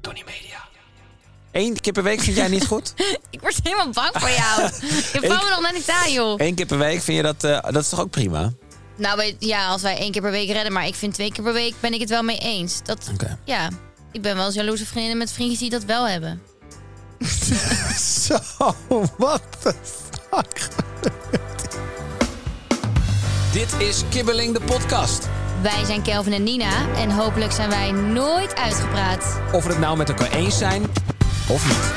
Tony Media. 1 keer per week vind jij niet goed? Ik word helemaal bang voor jou. Je valt me nog net niet aan, joh. 1 keer per week vind je dat is toch ook prima? Nou, ja, als wij 1 keer per week redden, maar ik vind 2 keer per week ben ik het wel mee eens. Ja, ik ben wel eens jaloerse vriendinnen met vriendjes die dat wel hebben. Zo, what the fuck? Dit is Kibbeling de podcast. Wij zijn Kelvin en Nina en hopelijk zijn wij nooit uitgepraat. Of we het nou met elkaar eens zijn of niet.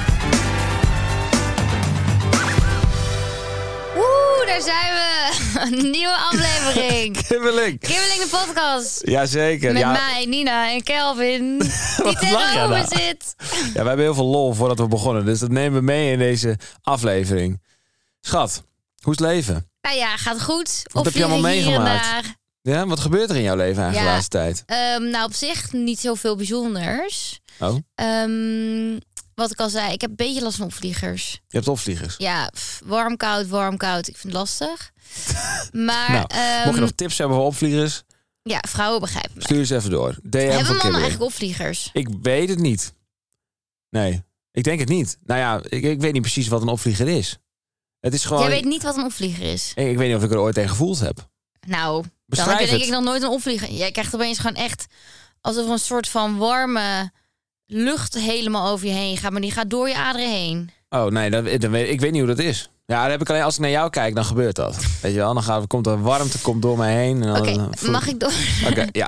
Daar zijn we. Een nieuwe aflevering. Kibbeling. Kibbeling de podcast. Jazeker. Met mij, Nina en Kelvin. Die tegenover zit. Ja, we hebben heel veel lol voordat we begonnen. Dus dat nemen we mee in deze aflevering. Schat, hoe is het leven? Nou ja, gaat goed. Wat heb je allemaal meegemaakt? Ja, wat gebeurt er in jouw leven eigenlijk de laatste tijd? Nou, op zich niet zoveel bijzonders. Oh? Wat ik al zei, ik heb een beetje last van opvliegers. Je hebt opvliegers? Ja, warm, koud. Ik vind het lastig. Maar, nou, mocht je nog tips hebben voor opvliegers? Ja, vrouwen begrijpen me. Stuur ze even door. DM hebben van mannen eigenlijk opvliegers? Ik weet het niet. Nee, ik denk het niet. Nou ja, ik weet niet precies wat een opvlieger is. Het is gewoon... Jij weet niet wat een opvlieger is? Ik weet niet of ik er ooit tegen gevoeld heb. Nou, beschrijf dan heb je denk het. ik nog nooit een opvlieger. Jij krijgt opeens gewoon echt alsof een soort van warme lucht helemaal over je heen gaat. Maar die gaat door je aderen heen. Oh nee, ik weet niet hoe dat is. Ja, dan heb ik alleen als ik naar jou kijk, dan gebeurt dat. Weet je wel, dan komt er warmte door mij heen. Oké, mag ik door? Oké, ja.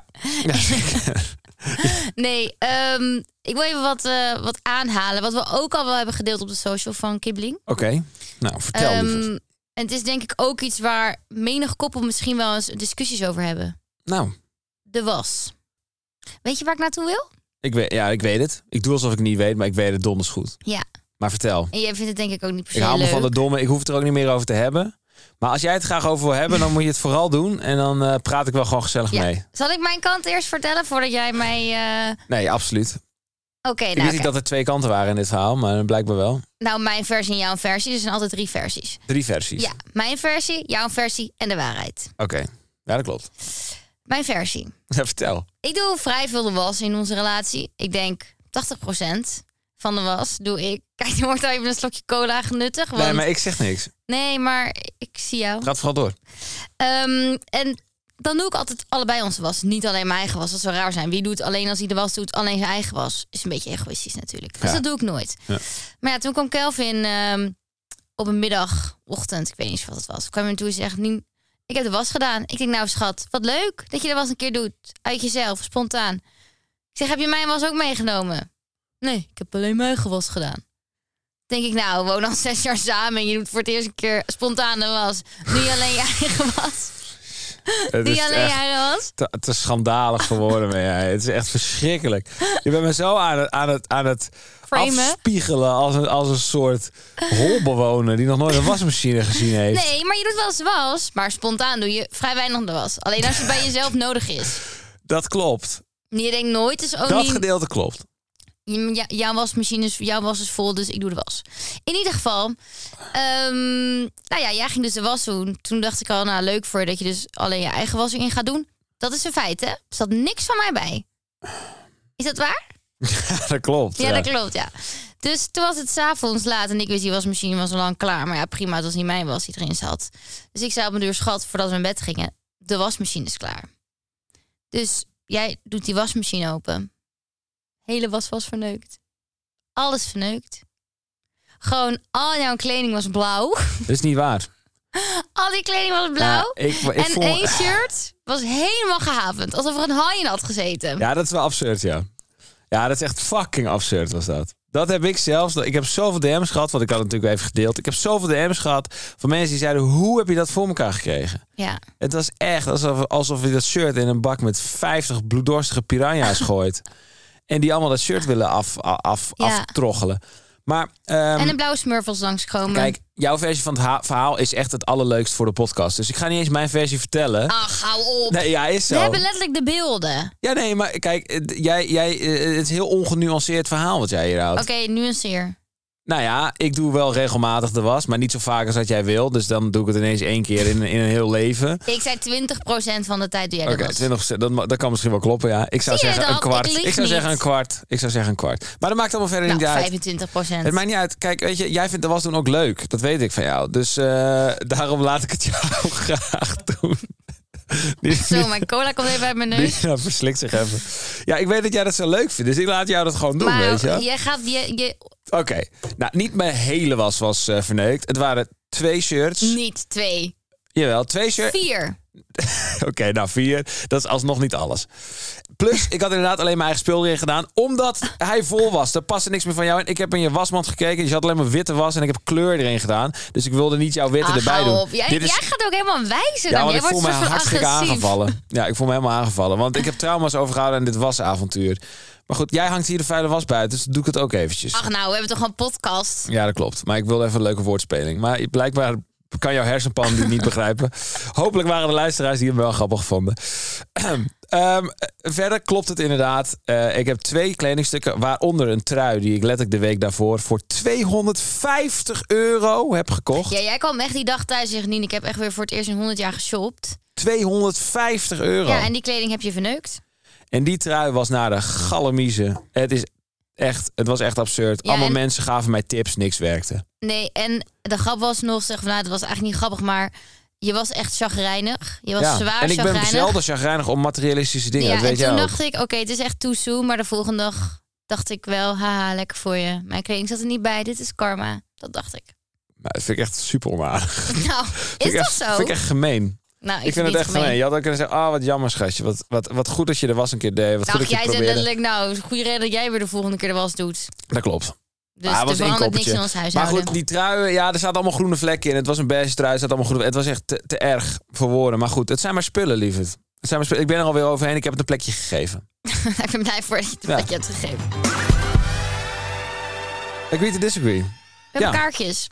Nee, ik wil even wat aanhalen. Wat we ook al wel hebben gedeeld op de social van Kibbeling. Oké, nou vertel liever. En het is denk ik ook iets waar menig koppel misschien wel eens discussies over hebben. Nou. De was. Weet je waar ik naartoe wil? Ik weet het. Ik doe alsof ik het niet weet, maar ik weet het donders goed. Ja. Maar vertel. En jij vindt het denk ik ook niet per se Ik hou me leuk. van de domme. Ik hoef het er ook niet meer over te hebben. Maar als jij het graag over wil hebben, dan moet je het vooral doen. En dan praat ik wel gewoon gezellig mee. Zal ik mijn kant eerst vertellen voordat jij mij... Nee, absoluut. Oké, ik wist niet dat er 2 kanten waren in dit verhaal, maar blijkbaar wel. Nou, mijn versie en jouw versie. Dus er zijn altijd 3 versies. 3 versies? Ja, mijn versie, jouw versie en de waarheid. Oké, ja, dat klopt. Mijn versie. Ja, vertel. Ik doe vrij veel de was in onze relatie. Ik denk 80% van de was doe ik. Kijk, je wordt al even een slokje cola genuttig. Want... Nee, maar ik zeg niks. Nee, maar ik zie jou. Gaat vooral door. En dan doe ik altijd allebei onze was. Niet alleen mijn eigen was. Dat zou raar zijn. Wie doet alleen als hij de was doet, alleen zijn eigen was. Is een beetje egoïstisch natuurlijk. Dus dat doe ik nooit. Ja. Maar ja, toen kwam Kelvin op een middagochtend. Ik weet niet eens wat het was. Kwam hij toe en zei: ik heb de was gedaan. Ik denk, nou schat, wat leuk dat je de was een keer doet. Uit jezelf, spontaan. Ik zeg, heb je mijn was ook meegenomen? Nee, ik heb alleen mijn eigen was gedaan. Denk ik, nou, we wonen al 6 jaar samen en je doet voor het eerst een keer spontaan de was. Nu je alleen je eigen was. Het is schandalig geworden met jij. Het is echt verschrikkelijk. Je bent me zo aan het afspiegelen als een soort holbewoner die nog nooit een wasmachine gezien heeft. Nee, maar je doet wel eens was, maar spontaan doe je vrij weinig de was. Alleen als het bij jezelf nodig is. Dat klopt. Je denkt nooit, dus ook dat niet... gedeelte klopt. Jouw was is vol, dus ik doe de was. In ieder geval, nou ja, jij ging dus de was doen. Toen dacht ik al, nou leuk voor je dat je dus alleen je eigen was erin gaat doen. Dat is een feit, hè? Er zat niks van mij bij. Is dat waar? Ja, dat klopt. Ja, dat klopt, ja. Dus toen was het 's avonds laat en ik wist die wasmachine was al lang klaar. Maar ja, prima, het was niet mijn was die erin zat. Dus ik zei op mijn deur, schat, voordat we in bed gingen, de wasmachine is klaar. Dus jij doet die wasmachine open. Hele was verneukt. Alles verneukt. Gewoon al jouw kleding was blauw. Dat is niet waar. Al die kleding was blauw. Ja, en één shirt was helemaal gehavend. Alsof er een haai in had gezeten. Ja, dat is wel absurd, ja. Ja, dat is echt fucking absurd was dat. Dat heb ik zelfs. Ik heb zoveel DM's gehad, want ik had het natuurlijk even gedeeld. Ik heb zoveel DM's gehad van mensen die zeiden: hoe heb je dat voor elkaar gekregen? Ja. Het was echt alsof je dat shirt in een bak met 50 bloeddorstige piranha's gooit. En die allemaal dat shirt willen aftroggelen. Maar, en een blauwe smurf was langskomen. Kijk, jouw versie van het verhaal is echt het allerleukst voor de podcast. Dus ik ga niet eens mijn versie vertellen. Ach, hou op. Nee, ja, is zo. We hebben letterlijk de beelden. Ja, nee, maar kijk, jij, het is een heel ongenuanceerd verhaal wat jij hier houdt. Oké, nuanceer. Nou ja, ik doe wel regelmatig de was, maar niet zo vaak als dat jij wil. Dus dan doe ik het ineens 1 keer in een heel leven. Ik zei 20% van de tijd doe jij de was. 20%, dat kan misschien wel kloppen, ja. Ik zou zeggen een kwart. Ik zou zeggen een kwart. Maar dat maakt allemaal verder niet uit. 25%. Het maakt niet uit. Kijk, weet je, jij vindt de was doen ook leuk. Dat weet ik van jou. Dus daarom laat ik het jou graag doen. Zo, mijn cola komt even uit mijn neus. Ja, verslikt zich even. Ja, ik weet dat jij dat zo leuk vindt. Dus ik laat jou dat gewoon doen, weet je. Jij gaat... Oké. Nou, niet mijn hele was verneukt. Het waren 2 shirts. Niet 2. Jawel, 2 shirts. 4. Oké, nou 4. Dat is alsnog niet alles. Plus, ik had inderdaad alleen mijn eigen spul erin gedaan. Omdat hij vol was. Er paste niks meer van jou in. Ik heb in je wasmand gekeken. Je had alleen maar witte was. En ik heb kleur erin gedaan. Dus ik wilde niet jouw witte erbij doen. Jij gaat ook helemaal wijzen. Ja, want ik voel me hartstikke aangevallen. Ja, ik voel me helemaal aangevallen. Want ik heb trauma's overgehouden aan dit wasavontuur. Maar goed, jij hangt hier de vuile was buiten. Dus doe ik het ook eventjes. Ach nou, we hebben toch een podcast? Ja, dat klopt. Maar ik wilde even een leuke woordspeling. Maar blijkbaar kan jouw hersenpan die niet begrijpen. Hopelijk waren de luisteraars die hem wel grappig vonden. Verder klopt het inderdaad. Ik heb 2 kledingstukken, waaronder een trui die ik letterlijk de week daarvoor voor €250 heb gekocht. Ja, jij kwam echt die dag thuis en zegt, Nien, ik heb echt weer voor het eerst in 100 jaar geshopt. €250. Ja, en die kleding heb je verneukt. En die trui was naar de gallemiezen. Het was echt absurd. Ja, allemaal mensen gaven mij tips, niks werkte. Nee, en de grap was nog, het was eigenlijk niet grappig, maar je was echt chagrijnig. Je was zwaar chagrijnig. En ik ben zelden chagrijnig om materialistische dingen. Ja, dat weet en toen jij dacht ik, oké, het is echt too soon. Maar de volgende dag dacht ik wel, haha, lekker voor je. Mijn kleding zat er niet bij, dit is karma. Dat dacht ik. Nou, dat vind ik echt super onaardig. Nou, is dat zo? Dat vind ik echt gemeen. Nou, ik vind het echt gemeen. Je had ook kunnen zeggen, wat jammer schatje. Wat goed dat je er was een keer deed. Wat goed dat je probeerde. Jij zei letterlijk, goede reden dat jij weer de volgende keer de was doet. Dat klopt. Dus er verandert niks in ons huishouden. Maar goed, die trui, er zaten allemaal groene vlekken in. Het was een beige trui, het was echt te erg voor woorden. Maar goed, het zijn maar spullen, lieverd. Ik ben er alweer overheen, ik heb het een plekje gegeven. Ik ben blij voor dat je het een plekje hebt gegeven. Agree to disagree. We hebben kaartjes.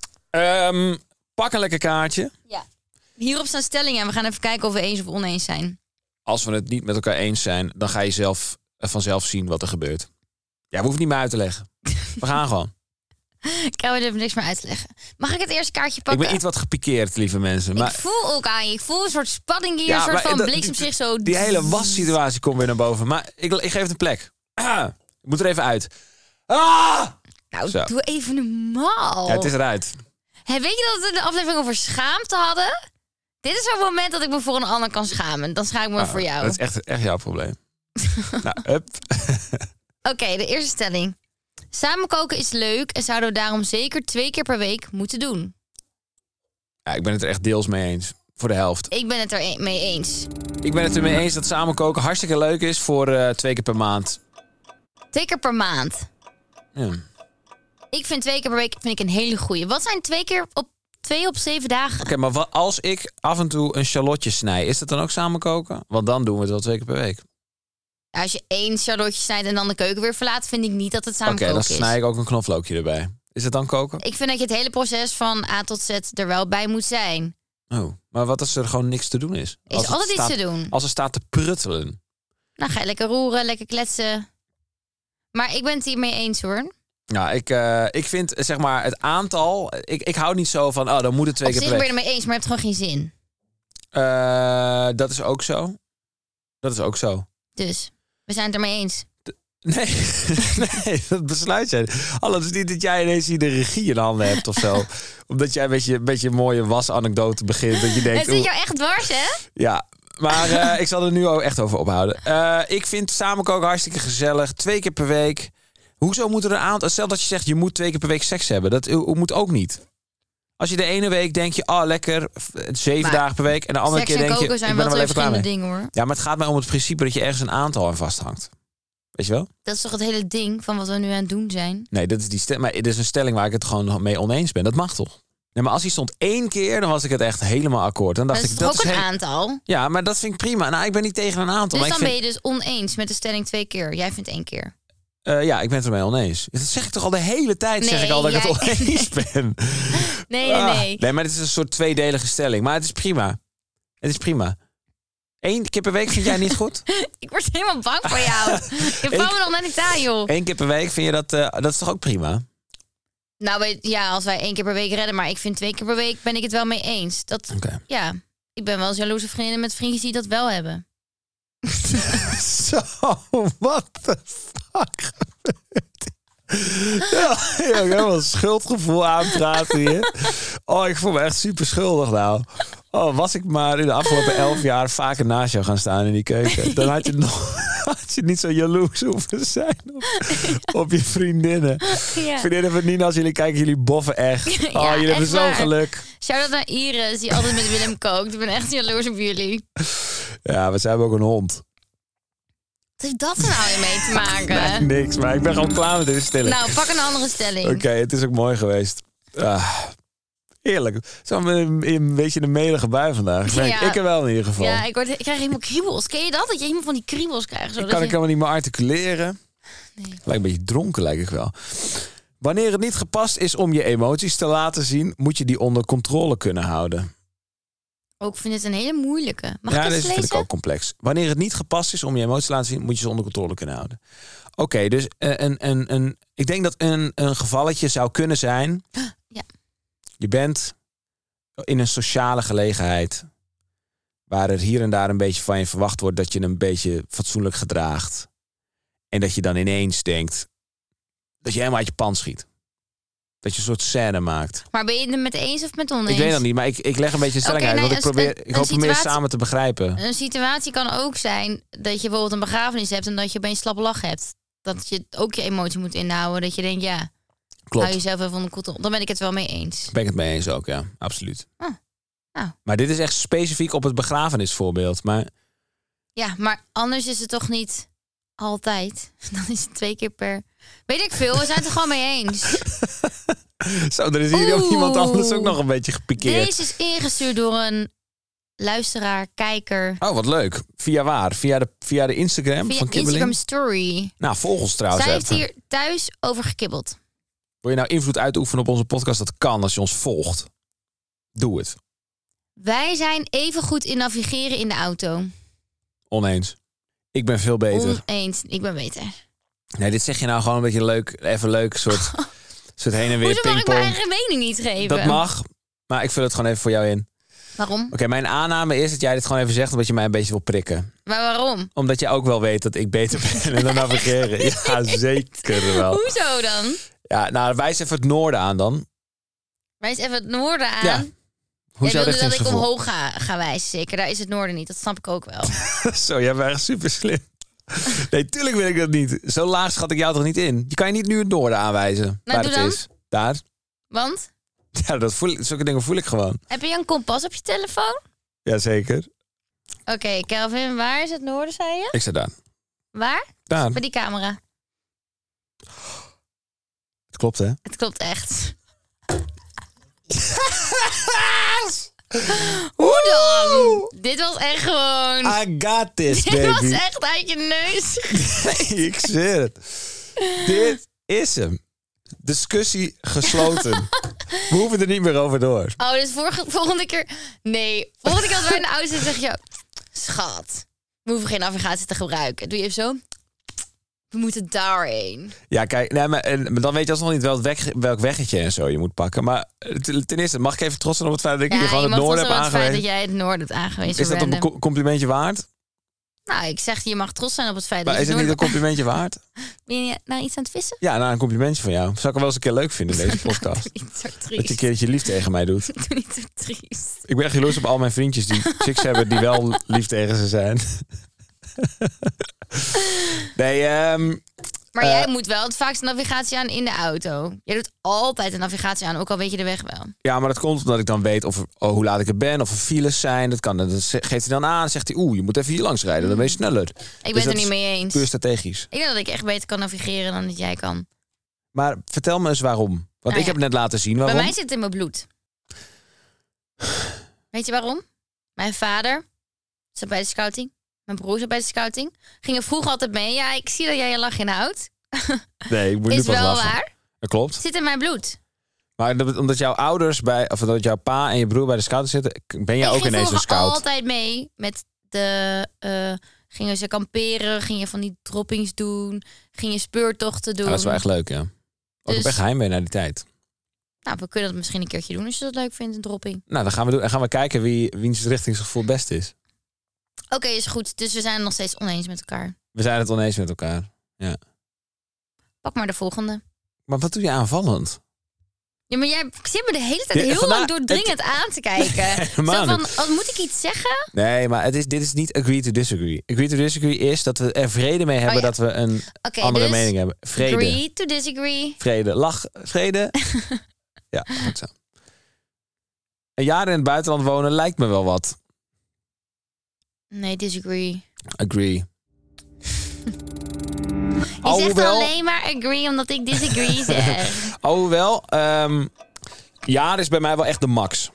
Pak een lekker kaartje. Ja. Hierop staan stellingen en we gaan even kijken of we eens of oneens zijn. Als we het niet met elkaar eens zijn, dan ga je vanzelf zien wat er gebeurt. Ja, we hoeven niet meer uit te leggen. We gaan gewoon. Ik heb er niks meer uit te leggen. Mag ik het eerste kaartje pakken? Ik ben iets wat gepikeerd, lieve mensen. Maar ik voel ook aan je. Ik voel een soort spanning hier. Een soort van bliksemschicht zo. Die hele wassituatie komt weer naar boven. Maar ik geef het een plek. Ik moet er even uit. Nou, doe even normaal. Ja, het is eruit. Weet je dat we de aflevering over schaamte hadden? Dit is zo'n moment dat ik me voor een ander kan schamen. Dan schaam ik me voor jou. Dat is echt jouw probleem. Nou, up. Oké, de eerste stelling. Samen koken is leuk en zouden we daarom zeker 2 keer per week moeten doen. Ja, ik ben het er echt deels mee eens. Voor de helft. Ik ben het er mee eens. Ik ben het er mee eens dat samen koken hartstikke leuk is voor 2 keer per maand. 2 keer per maand? Ja. Ik vind 2 keer per week een hele goeie. Wat zijn 2 op 7 dagen? Oké, maar als ik af en toe een shallotje snij, is dat dan ook samen koken? Want dan doen we het wel 2 keer per week. Als je 1 shallotje snijdt en dan de keuken weer verlaat, vind ik niet dat het samen koken is. Oké, dan snij ik ook een knoflookje erbij. Is het dan koken? Ik vind dat je het hele proces van A tot Z er wel bij moet zijn. Oh, maar wat als er gewoon niks te doen is? Is altijd iets te doen. Als er staat te pruttelen. Dan ga je lekker roeren, lekker kletsen. Maar ik ben het hiermee eens hoor. Ja, ik vind zeg maar het aantal. Ik hou niet zo van. Dan moet het 2 keer per week. Ik ben het ermee eens, maar je hebt gewoon geen zin. Dat is ook zo. Dat is ook zo. Dus we zijn het ermee eens. Nee, dat besluit jij. Het is niet dat jij ineens hier de regie in handen hebt of zo. Omdat jij een beetje een mooie wasanekdote begint. Dat je denkt, het zit jou echt dwars, hè? Ja, maar ik zal er nu ook echt over ophouden. Ik vind samenkoken hartstikke gezellig. 2 keer per week. Hoezo moet er een aantal... Stel dat je zegt, je moet 2 keer per week seks hebben. Dat moet ook niet. Als je de ene week denk je, lekker, 7 dagen per week. En de andere keer denk je... Seks en koken zijn wel 2 verschillende dingen, hoor. Ja, maar het gaat mij om het principe dat je ergens een aantal aan vasthangt. Weet je wel? Dat is toch het hele ding van wat we nu aan het doen zijn? Nee, dat is maar dit is een stelling waar ik het gewoon mee oneens ben. Dat mag toch? Nee, maar als hij stond 1 keer, dan was ik het echt helemaal akkoord. Dan dacht dat is ook een aantal. Ja, maar dat vind ik prima. Nou, ik ben niet tegen een aantal. Dus maar dan ben je dus oneens met de stelling 2 keer. Jij vindt 1 keer. Ja, ik ben het ermee oneens. Dat zeg ik toch al de hele tijd, zeg ik al dat ik het oneens ben. Nee. Nee, maar het is een soort tweedelige stelling. Maar het is prima. Het is prima. 1 keer per week vind jij niet goed? Ik word helemaal bang voor jou. Je valt me nog net niet aan, joh. 1 keer per week vind je dat is toch ook prima? Nou, ja, als wij 1 keer per week redden. Maar ik vind 2 keer per week ben ik het wel mee eens. Ja, ik ben wel jaloerse vriendinnen met vriendjes die dat wel hebben. Zo, what the fuck? Ja, ik heb helemaal een schuldgevoel aanpraten hier. Oh, ik voel me echt super schuldig nou. Oh, was ik maar in de afgelopen 11 jaar vaker naast jou gaan staan in die keuken. Dan had je niet zo jaloers hoeven zijn op je vriendinnen. Ja. Vriendinnen van Nina, als jullie kijken, jullie boffen echt. Oh, ja, jullie hebben zo'n geluk. Shout-out naar Iris, die altijd met Willem kookt. Ik ben echt jaloers op jullie. Ja, we hebben ook een hond. Wat heeft dat er nou mee te maken? Nee, niks, maar ik ben gewoon klaar met deze stelling. Nou, pak een andere stelling. Oké, het is ook mooi geweest. Eerlijk. Zo een beetje een melige bui vandaag. Ik er wel in ieder geval. Ja, ik krijg helemaal kriebels. Ken je dat? Dat je helemaal van die kriebels krijgt? Zo, kan ik helemaal niet meer articuleren. Nee. Lijkt een beetje dronken, lijkt ik wel. Wanneer het niet gepast is om je emoties te laten zien, moet je die onder controle kunnen houden. Ook vind het een hele moeilijke. Mag ja, ik deze vind ik ook complex. Wanneer het niet gepast is om je emoties te laten zien, moet je ze onder controle kunnen houden. Oké, dus ik denk dat een gevalletje zou kunnen zijn. Ja. Je bent in een sociale gelegenheid waar er hier en daar een beetje van je verwacht wordt dat je een beetje fatsoenlijk gedraagt. En dat je dan ineens denkt dat je helemaal uit je pan schiet. Dat je een soort scène maakt. Maar ben je het met eens of met oneens? Ik weet dat niet, maar ik leg een beetje stelling uit. Want ik hoop het meer samen te begrijpen. Een situatie kan ook zijn dat je bijvoorbeeld een begrafenis hebt en dat je opeens slappe lach hebt. Dat je ook je emotie moet inhouden. Dat je denkt, ja, klopt. Hou jezelf even onder controle. Dan ben ik het wel mee eens. Ben ik het mee eens ook, ja. Absoluut. Nou. Maar dit is echt specifiek op het begrafenisvoorbeeld. Maar... Ja, maar anders is het toch niet altijd. Dan is het 2 keer per... Weet ik veel, we zijn het er gewoon mee eens. Zo, er is hier ook iemand anders ook nog een beetje gepikeerd. Deze is ingestuurd door een luisteraar, kijker. Oh, wat leuk. Via waar? Via de Instagram van Kibbeling? Instagram story. Nou, volg ons trouwens. Zij heeft hier thuis over gekibbeld. Wil je nou invloed uitoefenen op onze podcast? Dat kan als je ons volgt. Doe het. Wij zijn even goed in navigeren in de auto. Oneens. Ik ben veel beter. Oneens. Ik ben beter. Nee, dit zeg je nou gewoon een beetje leuk. Even leuk, soort heen en weer Hoezo pingpong. mag ik mijn eigen mening niet geven? Dat mag, maar ik vul het gewoon even voor jou in. Waarom? Oké, mijn aanname is dat jij dit gewoon even zegt omdat je mij een beetje wil prikken. Maar waarom? Omdat je ook wel weet dat ik beter ben in het navigeren. Ja, zeker wel. Hoezo dan? Ja, nou, wijs even het noorden aan dan. Wijs even het noorden aan? Ja. Hoe jij wilde dat ik omhoog ga wijzen, zeker. Daar is het noorden niet, dat snap ik ook wel. Zo, jij bent echt super slim. Nee, tuurlijk wil ik dat niet. Zo laag schat ik jou toch niet in? Je kan je niet nu het noorden aanwijzen. Nou, waar het is. Daar. Want? Ja, zulke dingen voel ik gewoon. Heb je een kompas op je telefoon? Jazeker. Oké, Kelvin, waar is het noorden, zei je? Ik sta daar. Waar? Daar. Bij die camera. Het klopt, hè? Het klopt echt. Hoe dan? Dit was echt gewoon... I got this, baby. Dit was echt uit je neus. Nee, ik zweer het. Dit is hem. Discussie gesloten. We hoeven er niet meer over door. Oh, dus volgende keer... Nee, volgende keer als wij in de auto zitten, zeg je... Schat, we hoeven geen navigatie te gebruiken. Doe je even zo... We moeten daarheen. Ja, kijk, nee, maar dan weet je alsnog niet welk weggetje en zo je moet pakken. Maar ten eerste, mag ik even trots zijn op het feit dat ik jullie gewoon het noorden heb aangewezen? Het feit dat jij het noorden hebt aangewezen. Is dat een complimentje waard? Nou, ik zeg, je mag trots zijn op het feit dat je het noorden... is het niet een complimentje waard? Ben je naar iets aan het vissen? Ja, naar een complimentje van jou. Zou ik wel eens een keer leuk vinden, deze podcast. Doe niet zo triest. Dat je een keertje lief tegen mij doet. Doe niet zo triest. Ik ben echt jaloers op al mijn vriendjes die chicks hebben die wel lief tegen ze zijn. Nee, maar jij moet wel het vaakst navigatie aan in de auto. Jij doet altijd de navigatie aan, ook al weet je de weg wel. Ja, maar dat komt omdat ik dan weet hoe laat ik er ben, of er files zijn. Dat geeft hij dan aan. Zegt hij, je moet even hier langs rijden, dan ben je sneller. Ik ben het er niet mee eens. Puur strategisch. Ik denk dat ik echt beter kan navigeren dan dat jij kan. Maar vertel me eens waarom. Want ik heb net laten zien waarom. Bij mij zit het in mijn bloed. Weet je waarom? Mijn vader zat bij de scouting. Mijn broer zat bij de scouting. Gingen vroeger altijd mee. Ja, ik zie dat jij je lach inhoudt. Nee, ik moet nu pas lachen. Is wel waar. Dat klopt. Het zit in mijn bloed. Maar omdat jouw ouders of dat jouw pa en je broer bij de scouting zitten, ben jij ook ineens een scout? Ik ging altijd mee met gingen ze kamperen, gingen van die droppings doen, gingen speurtochten doen. Ja, dat is wel echt leuk, ja. Ook een beetje heimwee naar die tijd. Nou, we kunnen dat misschien een keertje doen als je dat leuk vindt, een dropping. Nou, dan gaan we doen. En gaan we kijken wiens richtingsgevoel het beste is. Oké, is goed. Dus we zijn het nog steeds oneens met elkaar. We zijn het oneens met elkaar, ja. Pak maar de volgende. Maar wat doe je aanvallend? Ja, maar jij zit me de hele tijd heel lang doordringend aan te kijken. Zo van, moet ik iets zeggen? Nee, maar dit is niet agree to disagree. Agree to disagree is dat we er vrede mee hebben dat we een andere mening hebben. Vrede. Agree to disagree. Vrede. Lach. Vrede. Ja, goed zo. Een jaar in het buitenland wonen lijkt me wel wat. Nee, disagree. Agree. Je zegt alleen maar agree omdat ik disagree zeg. Alhoewel, jaar is bij mij wel echt de max.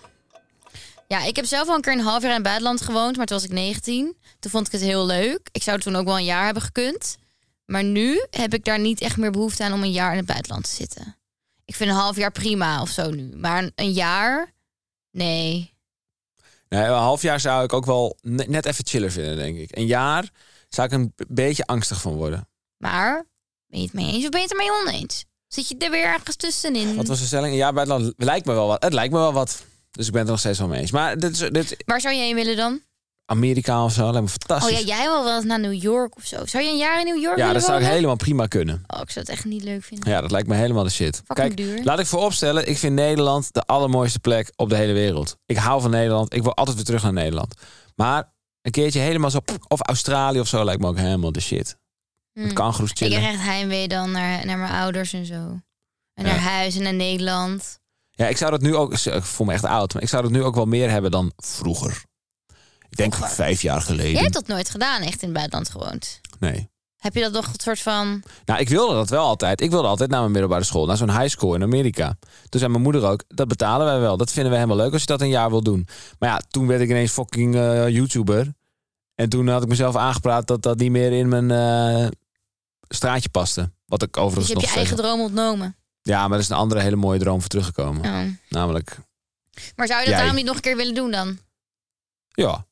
Ja, ik heb zelf al een keer een half jaar in het buitenland gewoond, maar toen was ik 19. Toen vond ik het heel leuk. Ik zou toen ook wel een jaar hebben gekund. Maar nu heb ik daar niet echt meer behoefte aan om een jaar in het buitenland te zitten. Ik vind een half jaar prima of zo nu. Maar een jaar? Nee. Nee, een half jaar zou ik ook wel net even chiller vinden, denk ik. Een jaar zou ik een beetje angstig van worden. Maar, ben je het mee eens of ben je het ermee oneens? Zit je er weer ergens tussenin? Wat was de stelling? Een jaar buitenland lijkt me wel wat. Het lijkt me wel wat. Dus ik ben het er nog steeds wel mee eens. Maar Waar zou je heen willen dan? Amerika of zo, lijkt me fantastisch. Oh ja, jij wil wel eens naar New York of zo. Zou je een jaar in New York willen dat zou wonen? ik helemaal prima kunnen. Oh, ik zou het echt niet leuk vinden. Ja, dat lijkt me helemaal de shit. Kijk, duur. laat ik vooropstellen, ik vind Nederland de allermooiste plek op de hele wereld. Ik hou van Nederland. Ik wil altijd weer terug naar Nederland. Maar een keertje helemaal zo, of Australië of zo, lijkt me ook helemaal de shit. Met kangoeroes chillen. Ik krijg echt heimwee dan naar mijn ouders en zo. En naar huis en naar Nederland. Ja, ik zou dat nu ook... Ik voel me echt oud, maar ik zou dat nu ook wel meer hebben dan vroeger. Ik denk 5 jaar geleden. Jij hebt dat nooit gedaan, echt in het buitenland gewoond? Nee. Heb je dat nog een soort van... Nou, ik wilde dat wel altijd. Ik wilde altijd naar mijn middelbare school, naar zo'n high school in Amerika. Toen zei mijn moeder ook, dat betalen wij wel. Dat vinden we helemaal leuk als je dat een jaar wil doen. Maar ja, toen werd ik ineens fucking YouTuber. En toen had ik mezelf aangepraat dat dat niet meer in mijn straatje paste. Wat ik overigens dus je hebt je eigen droom ontnomen? Ja, maar er is een andere hele mooie droom voor teruggekomen. Oh. Namelijk... Maar zou je dat daarom niet nog een keer willen doen dan? Ja.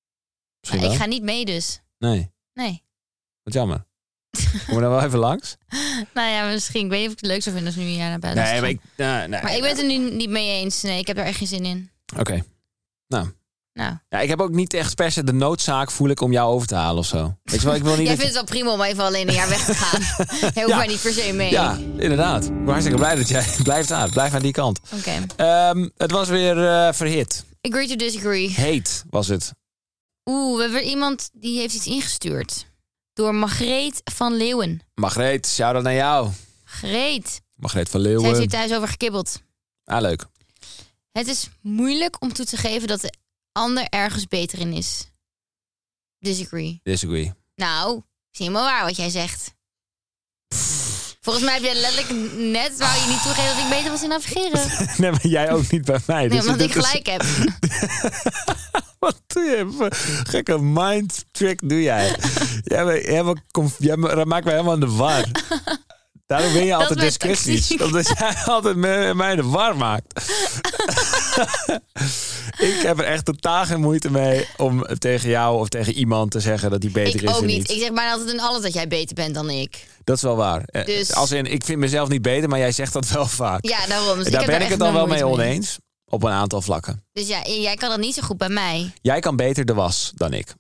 Ik ga niet mee dus. Nee. Wat jammer. Kom je dan wel even langs? Nou ja, misschien. Ik weet niet of ik het leuk zou vinden als nu een jaar naar buiten. Nee, maar ik ben het er nu niet mee eens. Nee, ik heb er echt geen zin in. Oké. Nou. Ja, ik heb ook niet echt per se de noodzaak, voel ik, om jou over te halen of zo. Weet je wel, ik wil niet. Jij vindt het wel prima om even alleen een jaar weg te gaan. Jij hoeft maar niet per se mee. Ja, inderdaad. Ik ben hartstikke blij dat jij blijft aan. Blijf aan die kant. Oké. Het was weer verhit. Agree to disagree. Heet was het. We hebben weer iemand die heeft iets ingestuurd. Door Margreet van Leeuwen. Margreet, shout-out naar jou. Margreet van Leeuwen. Zij heeft hier thuis over gekibbeld. Ah, leuk. Het is moeilijk om toe te geven dat de ander ergens beter in is. Disagree. Nou, is helemaal waar wat jij zegt. Volgens mij heb je letterlijk net... wou je niet toegeven dat ik beter was in navigeren. Nee, maar jij ook niet bij mij. Nee, omdat ik gelijk heb. Wat doe je? Gekke mind trick doe jij. Jij maakt me helemaal in de war. Daarom ben je altijd discussies. Omdat jij altijd mij in de war maakt. Ik heb er echt totaal geen moeite mee om tegen jou of tegen iemand te zeggen dat die beter is. Ik ook niet. Ik zeg maar altijd in alles dat jij beter bent dan ik. Dat is wel waar. Dus... ik vind mezelf niet beter, maar jij zegt dat wel vaak. Ja, daarom. Dus daar ben ik het dan wel mee oneens. Op een aantal vlakken. Dus ja, jij kan dat niet zo goed bij mij. Jij kan beter de was dan ik.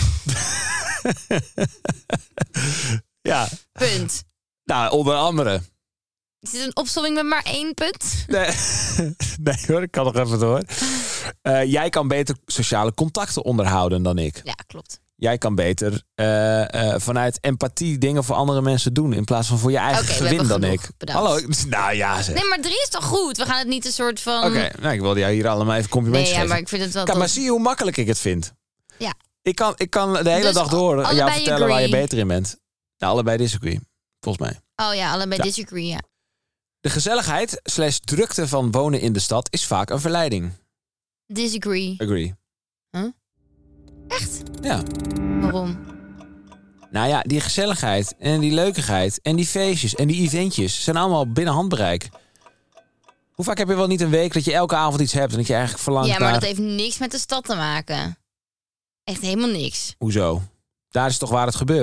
Ja. Punt. Nou, onder andere. Is dit een opsomming met maar 1 punt? Nee hoor, ik kan nog even door. Jij kan beter sociale contacten onderhouden dan ik. Ja, klopt. Jij kan beter vanuit empathie dingen voor andere mensen doen... in plaats van voor je eigen gewin dan ik. Bedankt. Hallo, nou ja zeg. Nee, maar 3 is toch goed? We gaan het niet een soort van... Oké, nou, ik wilde jou hier allemaal even complimenten geven. Ja, maar ik vind het wel... Kijk, maar zie je hoe makkelijk ik het vind? Ja. Ik kan de hele dag door jou vertellen agree. waar je beter in bent. Nou, allebei disagree, volgens mij. Oh ja, allebei disagree, ja. De gezelligheid / drukte van wonen in de stad is vaak een verleiding. Disagree. Agree. Huh? Echt? Ja. Waarom? Nou ja, die gezelligheid en die leukigheid en die feestjes en die eventjes zijn allemaal binnen handbereik. Hoe vaak heb je wel niet een week dat je elke avond iets hebt en dat je eigenlijk verlangt naar... Ja, maar dat heeft niks met de stad te maken. Echt helemaal niks. Hoezo? Daar is toch waar het gebeurt?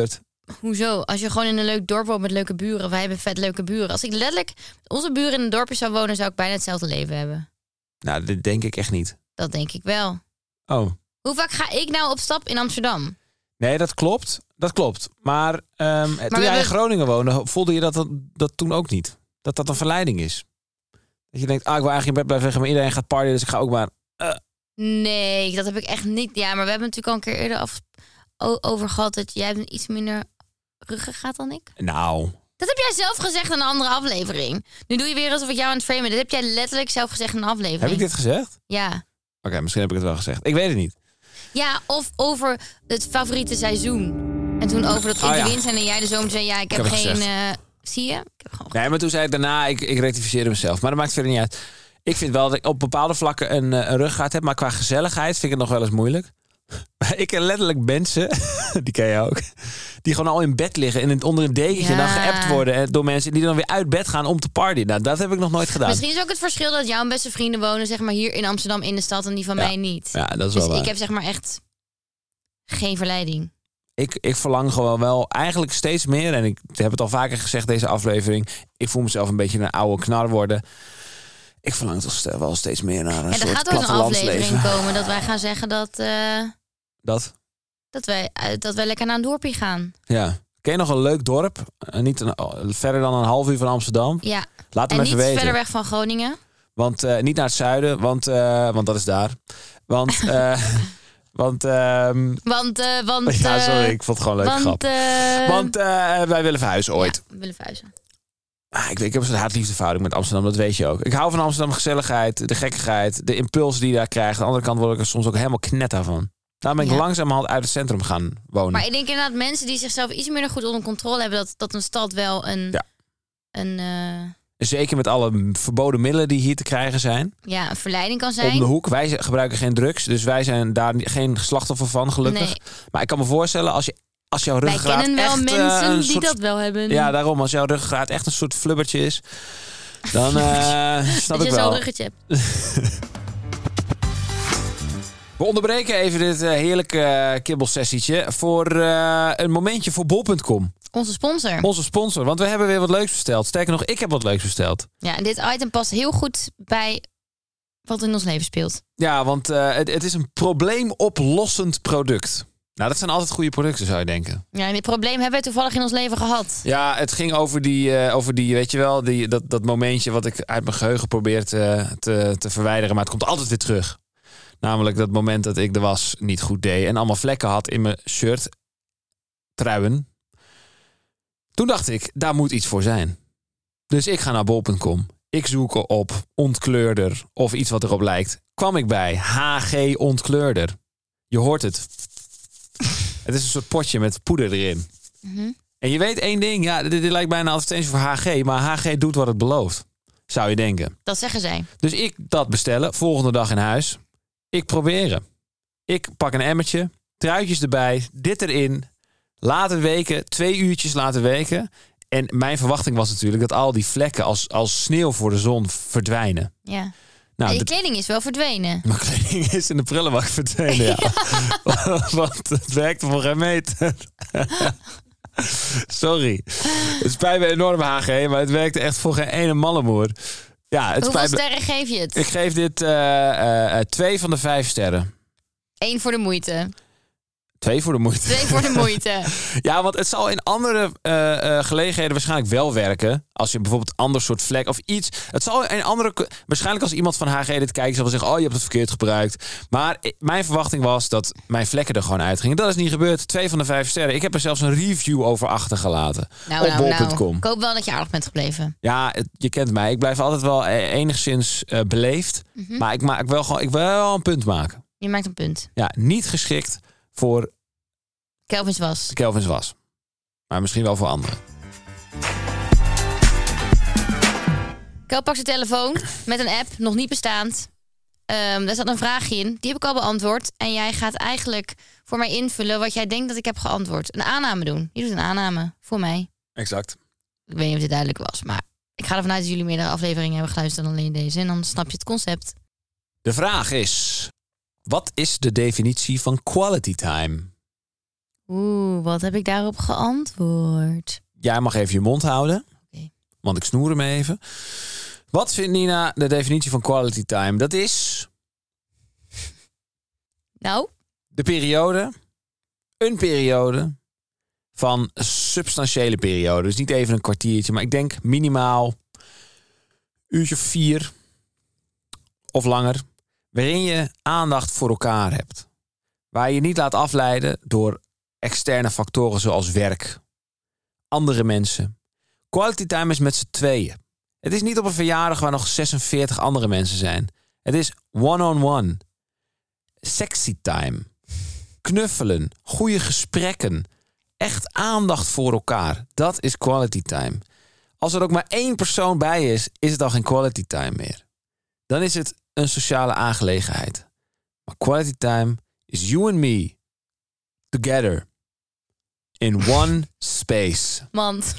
Hoezo? Als je gewoon in een leuk dorp woont met leuke buren. Wij hebben vet leuke buren. Als ik letterlijk met onze buren in een dorpje zou wonen, zou ik bijna hetzelfde leven hebben. Nou, dit denk ik echt niet. Dat denk ik wel. Oh. Hoe vaak ga ik nou op stap in Amsterdam? Nee, dat klopt. Dat klopt. Maar toen jij in Groningen woonde, voelde je dat toen ook niet? Dat een verleiding is? Dat je denkt, ik wil eigenlijk in bed blijven liggen, maar iedereen gaat partyen, dus ik ga ook maar... Nee, dat heb ik echt niet. Ja, maar we hebben natuurlijk al een keer eerder over gehad dat jij hebt iets minder ruggengraat dan ik. Nou... Dat heb jij zelf gezegd in een andere aflevering. Nu doe je weer alsof ik jou aan het framen. Dat heb jij letterlijk zelf gezegd in een aflevering. Heb ik dit gezegd? Ja. Oké, misschien heb ik het wel gezegd. Ik weet het niet. Ja, of over het favoriete seizoen. En toen over dat ik de winter en jij de zomer zei... Ja, ik heb geen... zie je? Ik heb gewoon... Nee, maar toen zei ik daarna... Ik rectificeerde mezelf. Maar dat maakt verder niet uit. Ik vind wel dat ik op bepaalde vlakken een ruggraat heb. Maar qua gezelligheid vind ik het nog wel eens moeilijk. Ik ken letterlijk mensen, die ken je ook, die gewoon al in bed liggen en onder een dekentje en dan geappt worden door mensen die dan weer uit bed gaan om te partyen. Nou, dat heb ik nog nooit gedaan. Misschien is ook het verschil dat jouw beste vrienden wonen zeg maar hier in Amsterdam in de stad en die van mij niet. Ja, dat is dus wel waar. Ik heb zeg maar echt geen verleiding. Ik verlang gewoon wel eigenlijk steeds meer, en ik heb het al vaker gezegd deze aflevering, ik voel mezelf een beetje een oude knar worden. Ik verlang toch wel steeds meer naar een soort plattelandsleven. Er gaat ook een aflevering komen dat wij gaan zeggen dat wij lekker naar een dorpje gaan. Ja. Ken je nog een leuk dorp? Niet verder dan een half uur van Amsterdam? Ja. Laat hem even weten. Niet verder weg van Groningen. Want niet naar het zuiden, want dat is daar. Want ja, sorry, ik vond het gewoon een leuke grap. Want wij willen verhuizen ooit. Ja, we willen verhuizen. Ik heb een soort haat-liefdeverhouding met Amsterdam, dat weet je ook. Ik hou van Amsterdam, gezelligheid, de gekkigheid, de impuls die je daar krijgt. Aan de andere kant word ik er soms ook helemaal knetter van. Daar ben ik langzamerhand uit het centrum gaan wonen. Maar ik denk inderdaad mensen die zichzelf iets minder goed onder controle hebben, dat een stad wel Zeker met alle verboden middelen die hier te krijgen zijn. Ja, een verleiding kan zijn. Om de hoek. Wij gebruiken geen drugs, dus wij zijn daar geen slachtoffer van, gelukkig. Nee. Maar ik kan me voorstellen, als jouw ruggengraat echt... Wij kennen wel mensen die dat wel hebben. Ja, daarom. Als jouw ruggengraat echt een soort flubbertje is, dan snap ik wel. Dat je zo'n ruggetje hebt. We onderbreken even dit heerlijke kibbelsessietje voor een momentje voor bol.com. Onze sponsor, want we hebben weer wat leuks besteld. Sterker nog, ik heb wat leuks besteld. Ja, en dit item past heel goed bij wat in ons leven speelt. Ja, want het is een probleemoplossend product. Nou, dat zijn altijd goede producten, zou je denken. Ja, en dit probleem hebben we toevallig in ons leven gehad. Ja, het ging over die weet je wel, dat momentje wat ik uit mijn geheugen probeer te verwijderen. Maar het komt altijd weer terug. Namelijk dat moment dat ik de was niet goed deed en allemaal vlekken had in mijn shirt, truien. Toen dacht ik, daar moet iets voor zijn. Dus ik ga naar bol.com. Ik zoek op ontkleurder of iets wat erop lijkt. Kwam ik bij HG ontkleurder. Je hoort het. Het is een soort potje met poeder erin. Mm-hmm. En je weet één ding. Ja, dit lijkt bijna een advertentie voor HG. Maar HG doet wat het belooft. Zou je denken. Dat zeggen zij. Dus ik dat bestellen. Volgende dag in huis. Ik proberen. Ik pak een emmertje. Truitjes erbij. Dit erin. Laten weken. 2 uurtjes laten weken. En mijn verwachting was natuurlijk dat al die vlekken als sneeuw voor de zon verdwijnen. Ja. Nou, je kleding is wel verdwenen. Mijn kleding is in de prullenbak verdwenen, ja. Want het werkte voor geen meter. Sorry. Het spijt me enorm, HG, maar het werkte echt voor geen ene mallemoer. Ja, hoeveel sterren geef je het? Ik geef dit 2 van de 5 sterren. 1 voor de moeite. 2 voor de moeite. 2 voor de moeite. Ja, want het zal in andere gelegenheden waarschijnlijk wel werken. Als je bijvoorbeeld een ander soort vlek of iets. Het zal in andere... Waarschijnlijk als iemand van HG dit kijkt, zal wel zeggen, oh, je hebt het verkeerd gebruikt. Maar mijn verwachting was dat mijn vlekken er gewoon uitgingen. Dat is niet gebeurd. 2 van de 5 sterren. Ik heb er zelfs een review over achtergelaten. Op bol.com. Ik hoop wel dat je aardig bent gebleven. Ja, je kent mij. Ik blijf altijd wel enigszins beleefd. Mm-hmm. Maar ik wil wel een punt maken. Je maakt een punt. Ja, niet geschikt voor Kelvins was. Maar misschien wel voor anderen. Kel pakt zijn telefoon met een app, nog niet bestaand. Daar zat een vraagje in. Die heb ik al beantwoord. En jij gaat eigenlijk voor mij invullen wat jij denkt dat ik heb geantwoord. Een aanname doen. Je doet een aanname voor mij. Exact. Ik weet niet of dit duidelijk was. Maar ik ga ervan uit dat jullie meerdere afleveringen hebben geluisterd dan alleen deze. En dan snap je het concept. De vraag is... Wat is de definitie van quality time? Wat heb ik daarop geantwoord? Jij mag even je mond houden. Okay. Want ik snoer hem even. Wat vindt Nina de definitie van quality time? Dat is... Nou? Een periode van een substantiële periode. Dus niet even een kwartiertje, maar ik denk minimaal uurtje 4 of langer. Waarin je aandacht voor elkaar hebt. Waar je niet laat afleiden door externe factoren zoals werk. Andere mensen. Quality time is met z'n tweeën. Het is niet op een verjaardag waar nog 46 andere mensen zijn. Het is one-on-one. Sexy time. Knuffelen. Goede gesprekken. Echt aandacht voor elkaar. Dat is quality time. Als er ook maar 1 persoon bij is, is het al geen quality time meer. Dan is het een sociale aangelegenheid. Maar quality time is you and me together in one space. Want.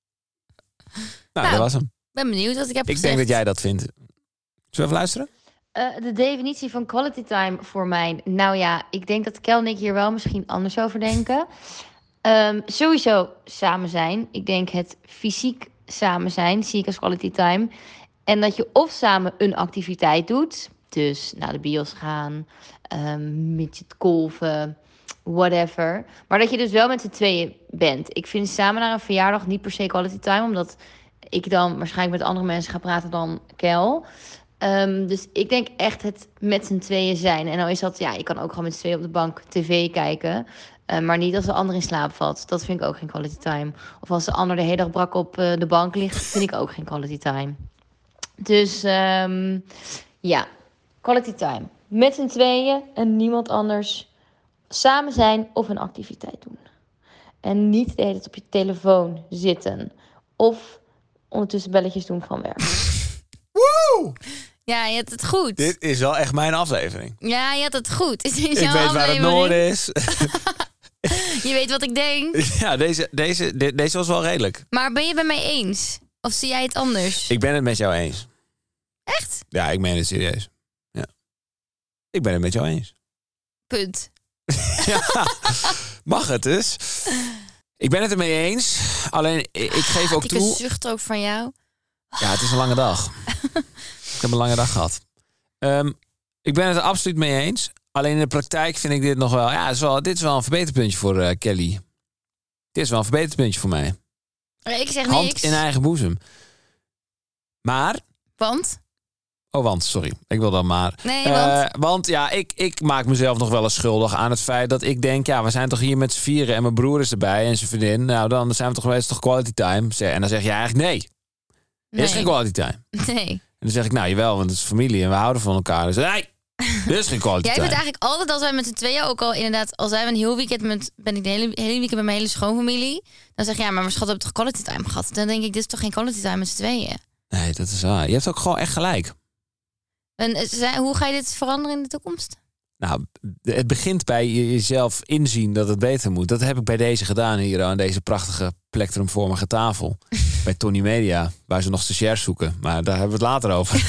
Nou, dat was hem. Ben benieuwd wat ik heb gezegd. Ik denk dat jij dat vindt. Zullen we even luisteren? De definitie van quality time voor mij. Nou ja, ik denk dat Kel en ik hier wel misschien anders over denken. Sowieso samen zijn. Ik denk het fysiek samen zijn zie ik als quality time. En dat je of samen een activiteit doet. Dus naar de bios gaan, met je golven, whatever. Maar dat je dus wel met z'n tweeën bent. Ik vind samen naar een verjaardag niet per se quality time. Omdat ik dan waarschijnlijk met andere mensen ga praten dan Kel. Dus ik denk echt het met z'n tweeën zijn. En nou is dat, ja, je kan ook gewoon met z'n tweeën op de bank tv kijken. Maar niet als de ander in slaap valt. Dat vind ik ook geen quality time. Of als de ander de hele dag brak op de bank ligt, vind ik ook geen quality time. Dus ja, quality time. Met z'n tweeën en niemand anders. Samen zijn of een activiteit doen. En niet de hele tijd op je telefoon zitten. Of ondertussen belletjes doen van werk. Woe! Ja, je had het goed. Dit is wel echt mijn aflevering. Ja, je had het goed. Ik weet waar het noorden is. Je weet wat ik denk. Ja, deze was wel redelijk. Maar ben je het met mij eens? Of zie jij het anders? Ik ben het met jou eens. Echt? Ja, ik meen het serieus. Ja. Ik ben het met jou eens. Punt. Ja, mag het dus. Ik ben het ermee eens. Alleen, ik geef ook toe... Ik zucht ook van jou. Ja, het is een lange dag. Ik heb een lange dag gehad. Ik ben het er absoluut mee eens. Alleen in de praktijk vind ik dit nog wel... Ja, dit is wel een verbeterpuntje voor Kelly. Dit is wel een verbeterpuntje voor mij. Ik zeg Hand niks. in eigen boezem. Maar... Want? Oh, want, sorry. Ik wil dan maar. Nee, want? Want ja, ik maak mezelf nog wel eens schuldig aan het feit dat ik denk... Ja, we zijn toch hier met z'n vieren en mijn broer is erbij en zijn vriendin. Nou, dan zijn we toch geweest, toch quality time. En dan zeg je eigenlijk nee. Dit is geen quality time. Nee. En dan zeg ik, nou jawel, want het is familie en we houden van elkaar. Dus nee, dit is geen quality time. Jij bent eigenlijk altijd, als wij met z'n tweeën ook al inderdaad... Al zijn we een heel weekend ben ik de hele weekend met mijn hele schoonfamilie. Dan zeg je, ja, maar mijn schat, we hebben toch quality time gehad? Dan denk ik, dit is toch geen quality time met z'n tweeën? Nee, dat is waar. Je hebt ook gewoon echt gelijk. En hoe ga je dit veranderen in de toekomst? Nou, het begint bij jezelf inzien dat het beter moet. Dat heb ik bij deze gedaan hier aan deze prachtige plektrumvormige tafel. Bij Tony Media, waar ze nog stagiairs zoeken. Maar daar hebben we het later over.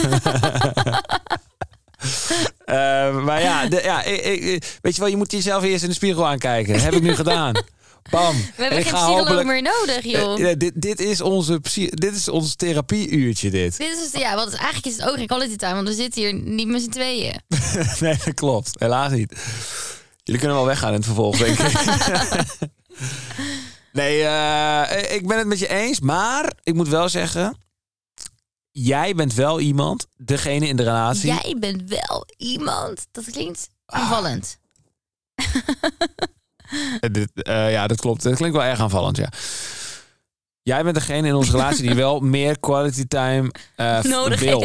Maar ja, weet je wel, je moet jezelf eerst in de spiegel aankijken. Dat heb ik nu gedaan. Bam. We hebben geen psycholoog meer nodig, joh. Dit is ons therapieuurtje, dit. Want eigenlijk is het ook geen quality time, want we zitten hier niet met z'n tweeën. Nee, dat klopt. Helaas niet. Jullie kunnen wel weggaan in het vervolg, denk ik. Nee, ik ben het met je eens, maar ik moet wel zeggen... Jij bent wel iemand, degene in de relatie... Jij bent wel iemand. Dat klinkt aanvallend. Ja, dat klopt. Dat klinkt wel erg aanvallend, ja. Jij bent degene in onze relatie die wel meer quality time nodig wil.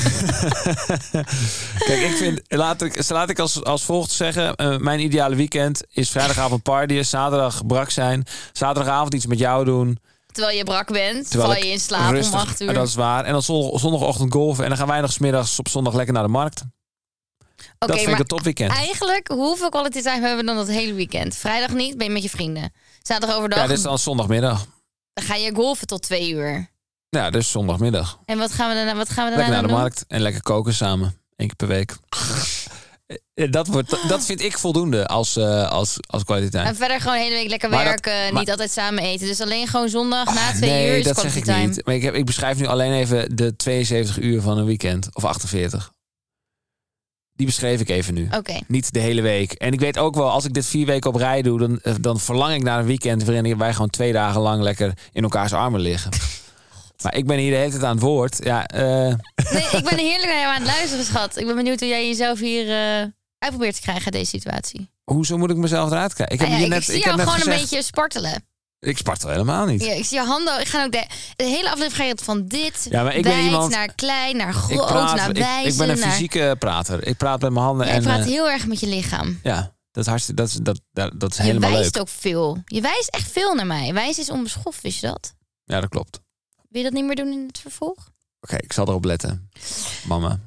Kijk, ik vind... Laat ik als volgt zeggen. Mijn ideale weekend is vrijdagavond partyen, zaterdag brak zijn, zaterdagavond iets met jou doen... Terwijl je brak bent, val je in slaap om 8 uur. Dat is waar. En dan zondagochtend golven. En dan gaan wij nog 's middags op zondag lekker naar de markt. Dat vind ik een topweekend. Eigenlijk, hoeveel quality time hebben we dan dat hele weekend? Vrijdag niet, ben je met je vrienden. Zaterdag overdag. Ja, dit is dan zondagmiddag. Dan ga je golven tot 2 uur. Ja, dus zondagmiddag. En wat gaan we daarna lekker naar de markt en lekker koken samen. 1 keer per week. Dat vind ik voldoende als kwaliteit. En verder gewoon de hele week lekker werken. Niet altijd samen eten. Dus alleen gewoon zondag na 2 uur is dat zeg ik time. niet. Maar ik beschrijf nu alleen even de 72 uur van een weekend. Of 48. Die beschreef ik even nu. Okay. Niet de hele week. En ik weet ook wel, als ik dit 4 weken op rij doe... dan verlang ik naar een weekend waarin wij gewoon 2 dagen lang lekker in elkaars armen liggen. Maar ik ben hier de hele tijd aan het woord. Ja, Nee, ik ben heerlijk naar jou aan het luisteren, schat. Ik ben benieuwd hoe jij jezelf hier uit probeert te krijgen, deze situatie. Hoezo moet ik mezelf eruit krijgen? Ik zie jou gewoon een beetje spartelen. Ik spartel helemaal niet. Ja, ik zie je handen. Ik ga ook de hele aflevering van dit. Ja, maar ik ben iemand naar klein, naar groot, naar wijzen. Ik ben een fysieke prater. Ik praat met mijn handen. Ja, en ik praat heel erg met je lichaam. Ja, dat is helemaal leuk. Je wijst ook veel. Je wijst echt veel naar mij. Wijzen is onbeschoft, wist je dat? Ja, dat klopt. Wil je dat niet meer doen in het vervolg? Oké, ik zal erop letten. Mama.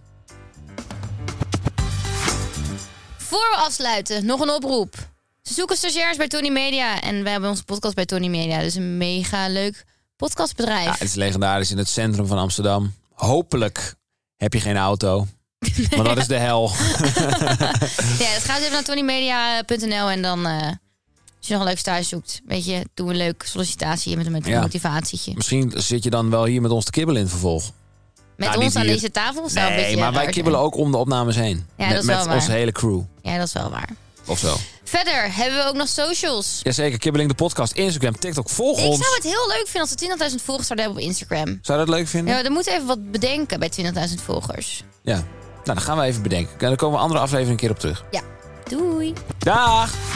Voor we afsluiten, nog een oproep. Ze zoeken stagiairs bij Tony Media. En wij hebben onze podcast bij Tony Media. Dus een mega leuk podcastbedrijf. Ja, het is legendarisch in het centrum van Amsterdam. Hopelijk heb je geen auto. Maar dat is de hel. Ja, dus ga eens even naar tonymedia.nl en dan... als je nog een leuk stage zoekt, weet je, doe een leuk sollicitatie met een motivatietje. Misschien zit je dan wel hier met ons te kibbelen in het vervolg. Met ons aan deze tafel? Nee, maar wij kibbelen ook om de opnames heen. Ja, dat is wel waar. Met onze hele crew. Ja, dat is wel waar. Of zo. Verder hebben we ook nog socials. Jazeker, Kibbeling de podcast, Instagram, TikTok, volg ons. Ik zou het heel leuk vinden als we 20.000 volgers zouden hebben op Instagram. Zou je dat leuk vinden? Ja, dan moeten we even wat bedenken bij 20.000 volgers. Ja, nou dan gaan we even bedenken. Dan komen we andere aflevering een keer op terug. Ja, doei. Dag!